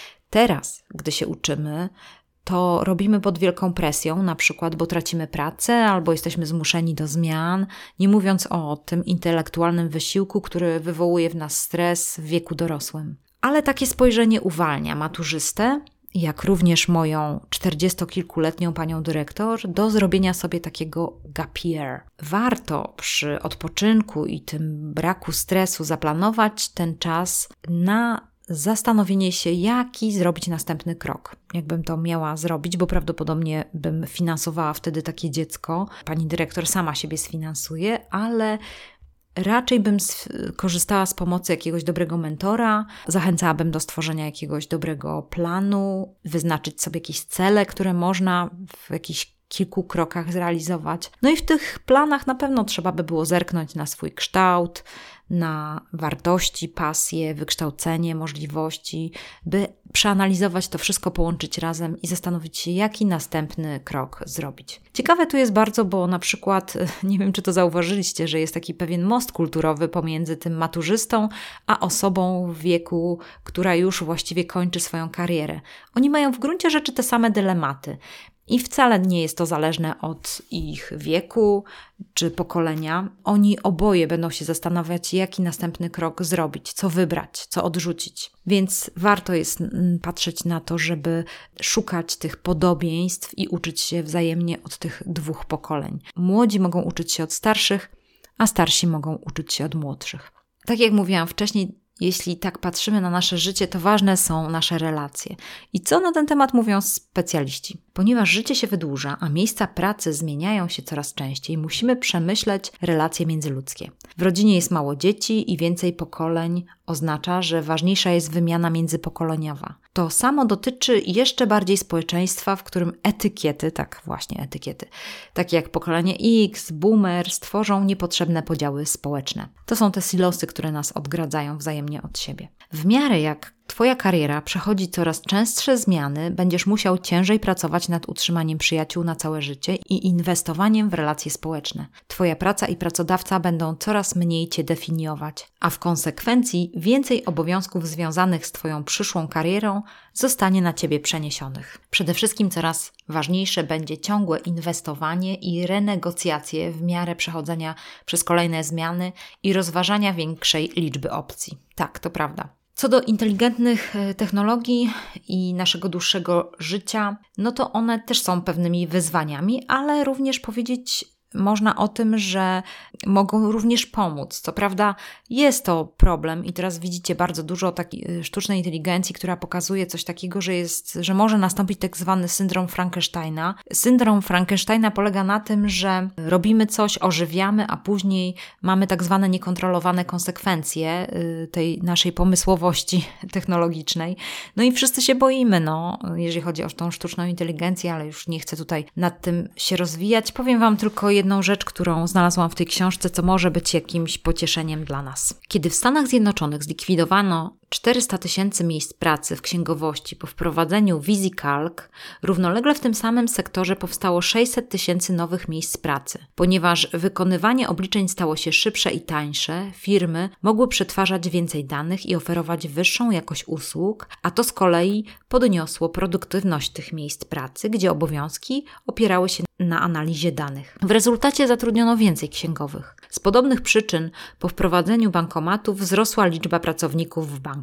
Teraz, gdy się uczymy, to robimy pod wielką presją, na przykład, bo tracimy pracę albo jesteśmy zmuszeni do zmian, nie mówiąc o tym intelektualnym wysiłku, który wywołuje w nas stres w wieku dorosłym. Ale takie spojrzenie uwalnia maturzystę, jak również moją czterdziestokilkuletnią panią dyrektor, do zrobienia sobie takiego gap year. Warto przy odpoczynku i tym braku stresu zaplanować ten czas na zastanowienie się, jaki zrobić następny krok. Jakbym to miała zrobić, bo prawdopodobnie bym finansowała wtedy takie dziecko. Pani dyrektor sama siebie sfinansuje, ale raczej bym korzystała z pomocy jakiegoś dobrego mentora, zachęcałabym do stworzenia jakiegoś dobrego planu, wyznaczyć sobie jakieś cele, które można w jakichś kilku krokach zrealizować. No i w tych planach na pewno trzeba by było zerknąć na swój kształt, na wartości, pasje, wykształcenie, możliwości, by przeanalizować to wszystko, połączyć razem i zastanowić się, jaki następny krok zrobić. Ciekawe tu jest bardzo, bo na przykład, nie wiem, czy to zauważyliście, że jest taki pewien most kulturowy pomiędzy tym maturzystą, a osobą w wieku, która już właściwie kończy swoją karierę. Oni mają w gruncie rzeczy te same dylematy. I wcale nie jest to zależne od ich wieku czy pokolenia. Oni oboje będą się zastanawiać, jaki następny krok zrobić, co wybrać, co odrzucić. Więc warto jest patrzeć na to, żeby szukać tych podobieństw i uczyć się wzajemnie od tych dwóch pokoleń. Młodzi mogą uczyć się od starszych, a starsi mogą uczyć się od młodszych. Tak jak mówiłam wcześniej, jeśli tak patrzymy na nasze życie, to ważne są nasze relacje. I co na ten temat mówią specjaliści? Ponieważ życie się wydłuża, a miejsca pracy zmieniają się coraz częściej, musimy przemyśleć relacje międzyludzkie. W rodzinie jest mało dzieci i więcej pokoleń oznacza, że ważniejsza jest wymiana międzypokoleniowa. To samo dotyczy jeszcze bardziej społeczeństwa, w którym etykiety, tak właśnie etykiety, takie jak pokolenie X, boomers, tworzą niepotrzebne podziały społeczne. To są te silosy, które nas odgradzają wzajemnie od siebie. W miarę jak Twoja kariera przechodzi coraz częstsze zmiany, będziesz musiał ciężej pracować nad utrzymaniem przyjaciół na całe życie i inwestowaniem w relacje społeczne. Twoja praca i pracodawca będą coraz mniej Cię definiować, a w konsekwencji więcej obowiązków związanych z Twoją przyszłą karierą zostanie na Ciebie przeniesionych. Przede wszystkim coraz ważniejsze będzie ciągłe inwestowanie i renegocjacje w miarę przechodzenia przez kolejne zmiany i rozważania większej liczby opcji. Tak, to prawda. Co do inteligentnych technologii i naszego dłuższego życia, no to one też są pewnymi wyzwaniami, ale również powiedzieć można o tym, że mogą również pomóc. Co prawda jest to problem i teraz widzicie bardzo dużo takiej sztucznej inteligencji, która pokazuje coś takiego, że jest, że może nastąpić tak zwany syndrom Frankensteina. Syndrom Frankensteina polega na tym, że robimy coś, ożywiamy, a później mamy tak zwane niekontrolowane konsekwencje tej naszej pomysłowości technologicznej. No i wszyscy się boimy, no, jeżeli chodzi o tą sztuczną inteligencję, ale już nie chcę tutaj nad tym się rozwijać. Powiem Wam tylko jedno jedną rzecz, którą znalazłam w tej książce, co może być jakimś pocieszeniem dla nas. Kiedy w Stanach Zjednoczonych zlikwidowano czterysta tysięcy miejsc pracy w księgowości po wprowadzeniu VisiCalc, równolegle w tym samym sektorze powstało sześćset tysięcy nowych miejsc pracy. Ponieważ wykonywanie obliczeń stało się szybsze i tańsze, firmy mogły przetwarzać więcej danych i oferować wyższą jakość usług, a to z kolei podniosło produktywność tych miejsc pracy, gdzie obowiązki opierały się na analizie danych. W rezultacie zatrudniono więcej księgowych. Z podobnych przyczyn po wprowadzeniu bankomatów wzrosła liczba pracowników w bankach.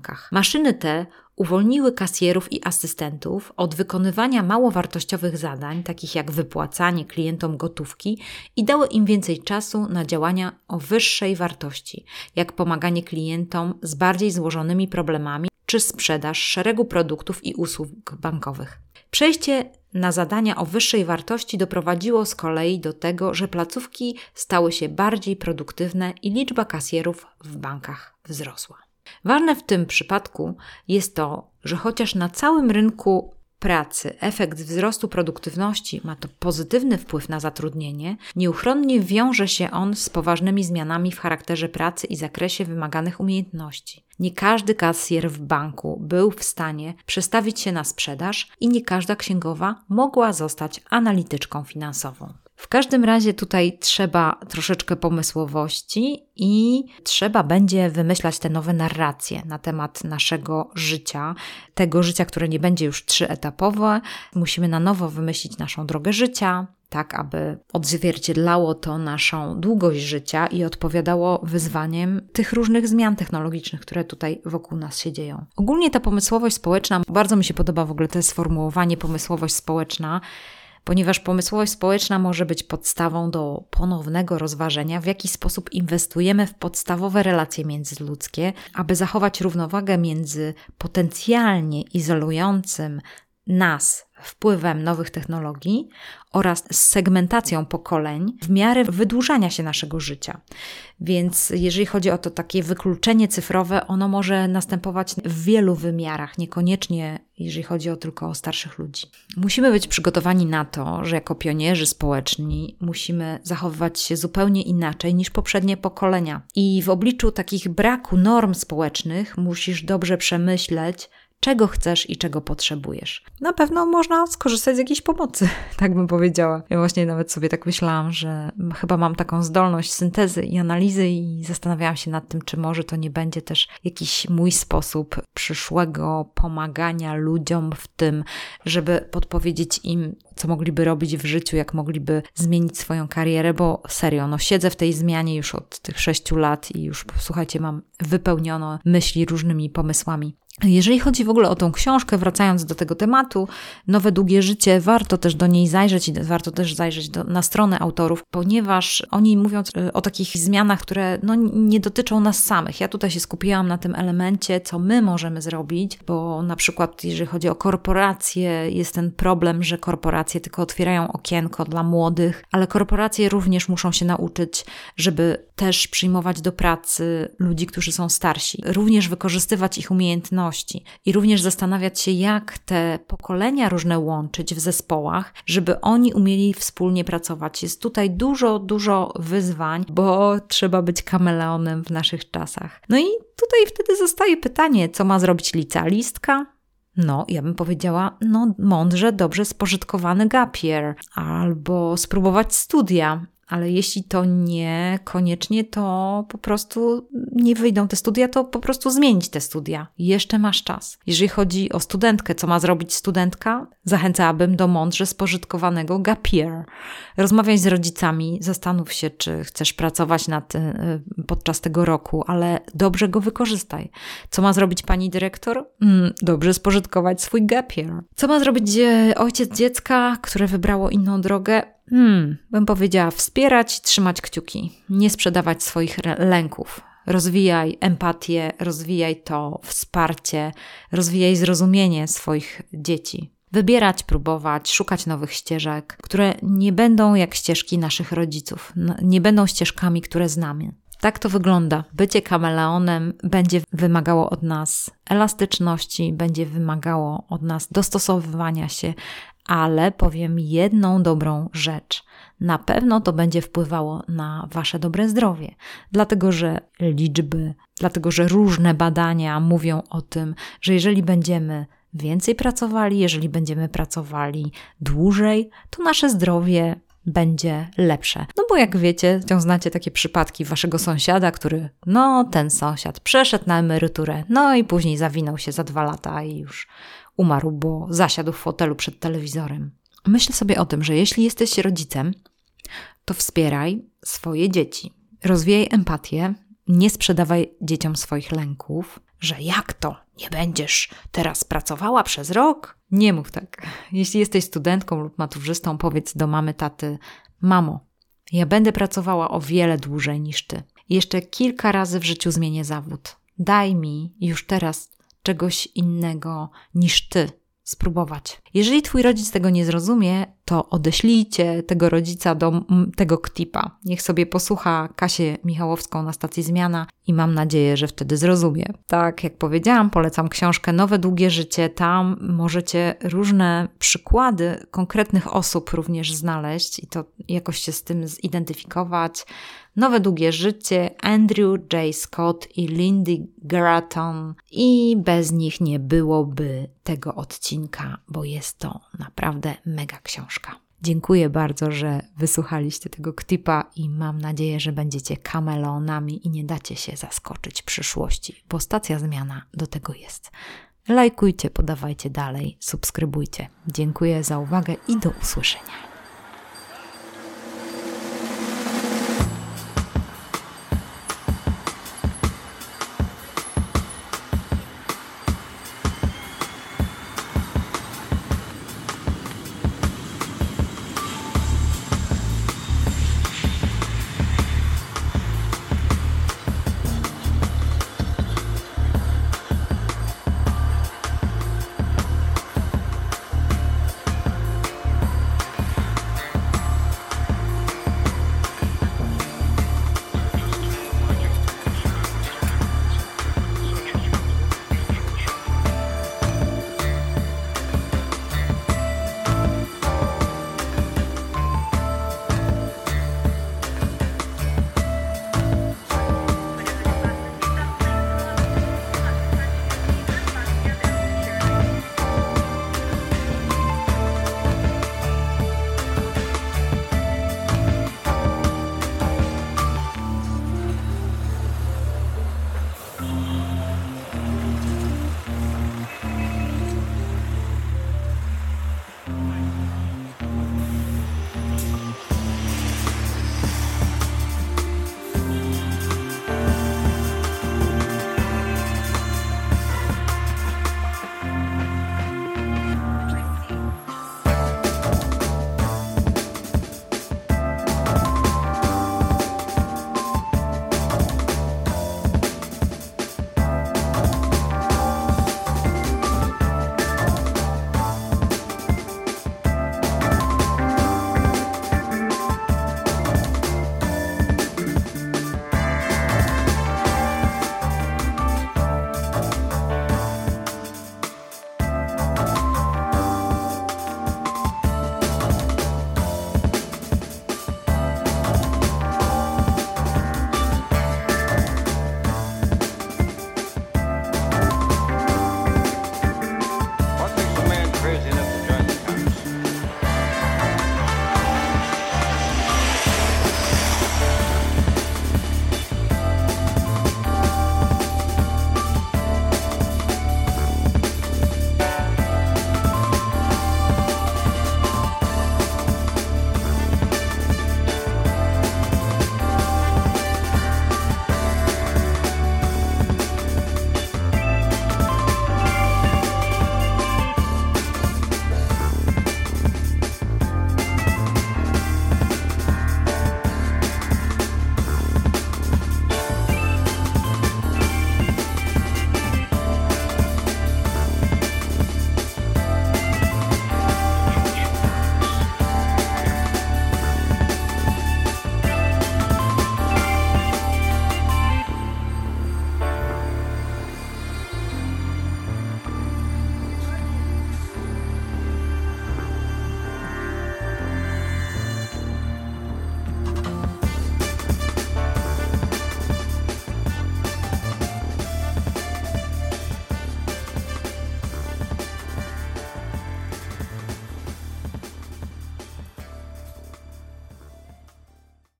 bankach. Maszyny te uwolniły kasjerów i asystentów od wykonywania mało wartościowych zadań, takich jak wypłacanie klientom gotówki, i dały im więcej czasu na działania o wyższej wartości, jak pomaganie klientom z bardziej złożonymi problemami czy sprzedaż szeregu produktów i usług bankowych. Przejście na zadania o wyższej wartości doprowadziło z kolei do tego, że placówki stały się bardziej produktywne i liczba kasjerów w bankach wzrosła. Ważne w tym przypadku jest to, że chociaż na całym rynku pracy efekt wzrostu produktywności ma to pozytywny wpływ na zatrudnienie, nieuchronnie wiąże się on z poważnymi zmianami w charakterze pracy i zakresie wymaganych umiejętności. Nie każdy kasjer w banku był w stanie przestawić się na sprzedaż i nie każda księgowa mogła zostać analityczką finansową. W każdym razie tutaj trzeba troszeczkę pomysłowości i trzeba będzie wymyślać te nowe narracje na temat naszego życia, tego życia, które nie będzie już trzyetapowe. Musimy na nowo wymyślić naszą drogę życia, tak aby odzwierciedlało to naszą długość życia i odpowiadało wyzwaniem tych różnych zmian technologicznych, które tutaj wokół nas się dzieją. Ogólnie ta pomysłowość społeczna, bardzo mi się podoba w ogóle to sformułowanie pomysłowość społeczna, ponieważ pomysłowość społeczna może być podstawą do ponownego rozważenia, w jaki sposób inwestujemy w podstawowe relacje międzyludzkie, aby zachować równowagę między potencjalnie izolującym nas wpływem nowych technologii oraz segmentacją pokoleń w miarę wydłużania się naszego życia. Więc jeżeli chodzi o to takie wykluczenie cyfrowe, ono może następować w wielu wymiarach, niekoniecznie jeżeli chodzi o tylko o starszych ludzi. Musimy być przygotowani na to, że jako pionierzy społeczni musimy zachowywać się zupełnie inaczej niż poprzednie pokolenia. I w obliczu takich braku norm społecznych musisz dobrze przemyśleć, czego chcesz i czego potrzebujesz. Na pewno można skorzystać z jakiejś pomocy, tak bym powiedziała. Ja właśnie nawet sobie tak myślałam, że chyba mam taką zdolność syntezy i analizy i zastanawiałam się nad tym, czy może to nie będzie też jakiś mój sposób przyszłego pomagania ludziom w tym, żeby podpowiedzieć im, co mogliby robić w życiu, jak mogliby zmienić swoją karierę, bo serio, no siedzę w tej zmianie już od tych sześciu lat i już, słuchajcie, mam wypełniono myśli różnymi pomysłami. Jeżeli chodzi w ogóle o tą książkę, wracając do tego tematu, Nowe Długie Życie, warto też do niej zajrzeć i warto też zajrzeć do, na stronę autorów, ponieważ oni mówią o takich zmianach, które no, nie dotyczą nas samych. Ja tutaj się skupiłam na tym elemencie, co my możemy zrobić, bo na przykład jeżeli chodzi o korporacje, jest ten problem, że korporacje tylko otwierają okienko dla młodych, ale korporacje również muszą się nauczyć, żeby też przyjmować do pracy ludzi, którzy są starsi, również wykorzystywać ich umiejętności i również zastanawiać się, jak te pokolenia różne łączyć w zespołach, żeby oni umieli wspólnie pracować. Jest tutaj dużo, dużo wyzwań, bo trzeba być kameleonem w naszych czasach. No i tutaj wtedy zostaje pytanie, co ma zrobić licealistka? No, ja bym powiedziała, no mądrze, dobrze spożytkowany gap year, albo spróbować studia. Ale jeśli to nie koniecznie, to po prostu nie wyjdą te studia, to po prostu zmienić te studia. Jeszcze masz czas. Jeżeli chodzi o studentkę, co ma zrobić studentka? Zachęcałabym do mądrze spożytkowanego gap year. Rozmawiaj z rodzicami, zastanów się, czy chcesz pracować nad, podczas tego roku, ale dobrze go wykorzystaj. Co ma zrobić pani dyrektor? Mm, dobrze spożytkować swój gap year. Co ma zrobić ojciec dziecka, które wybrało inną drogę? Hmm, bym powiedziała wspierać, trzymać kciuki, nie sprzedawać swoich lęków. Rozwijaj empatię, rozwijaj to wsparcie, rozwijaj zrozumienie swoich dzieci. Wybierać, próbować, szukać nowych ścieżek, które nie będą jak ścieżki naszych rodziców, nie będą ścieżkami, które znamy. Tak to wygląda. Bycie kameleonem będzie wymagało od nas elastyczności, będzie wymagało od nas dostosowywania się, ale powiem jedną dobrą rzecz. Na pewno to będzie wpływało na wasze dobre zdrowie, dlatego że liczby, dlatego że różne badania mówią o tym, że jeżeli będziemy więcej pracowali, jeżeli będziemy pracowali dłużej, to nasze zdrowie będzie lepsze. No bo jak wiecie, znacie takie przypadki waszego sąsiada, który, no ten sąsiad przeszedł na emeryturę, no i później zawinął się za dwa lata i już umarł, bo zasiadł w fotelu przed telewizorem. Myśl sobie o tym, że jeśli jesteś rodzicem, to wspieraj swoje dzieci. Rozwijaj empatię, nie sprzedawaj dzieciom swoich lęków, że jak to? Nie będziesz teraz pracowała przez rok? Nie mów tak. Jeśli jesteś studentką lub maturzystą, powiedz do mamy, taty: mamo, ja będę pracowała o wiele dłużej niż ty. Jeszcze kilka razy w życiu zmienię zawód. Daj mi już teraz czegoś innego niż ty spróbować. Jeżeli twój rodzic tego nie zrozumie, to odeślijcie tego rodzica do m, tego ktipa. Niech sobie posłucha Kasię Michałowską na stacji Zmiana i mam nadzieję, że wtedy zrozumie. Tak jak powiedziałam, polecam książkę Nowe Długie Życie. Tam możecie różne przykłady konkretnych osób również znaleźć i to jakoś się z tym zidentyfikować. Nowe Długie Życie, Andrew J. Scott i Lindy Gratton. I bez nich nie byłoby tego odcinka, bo jest to naprawdę mega książka. Dziękuję bardzo, że wysłuchaliście tego ktipa i mam nadzieję, że będziecie kameleonami i nie dacie się zaskoczyć przyszłości, bo stacja Zmiana do tego jest. Lajkujcie, podawajcie dalej, subskrybujcie. Dziękuję za uwagę i do usłyszenia.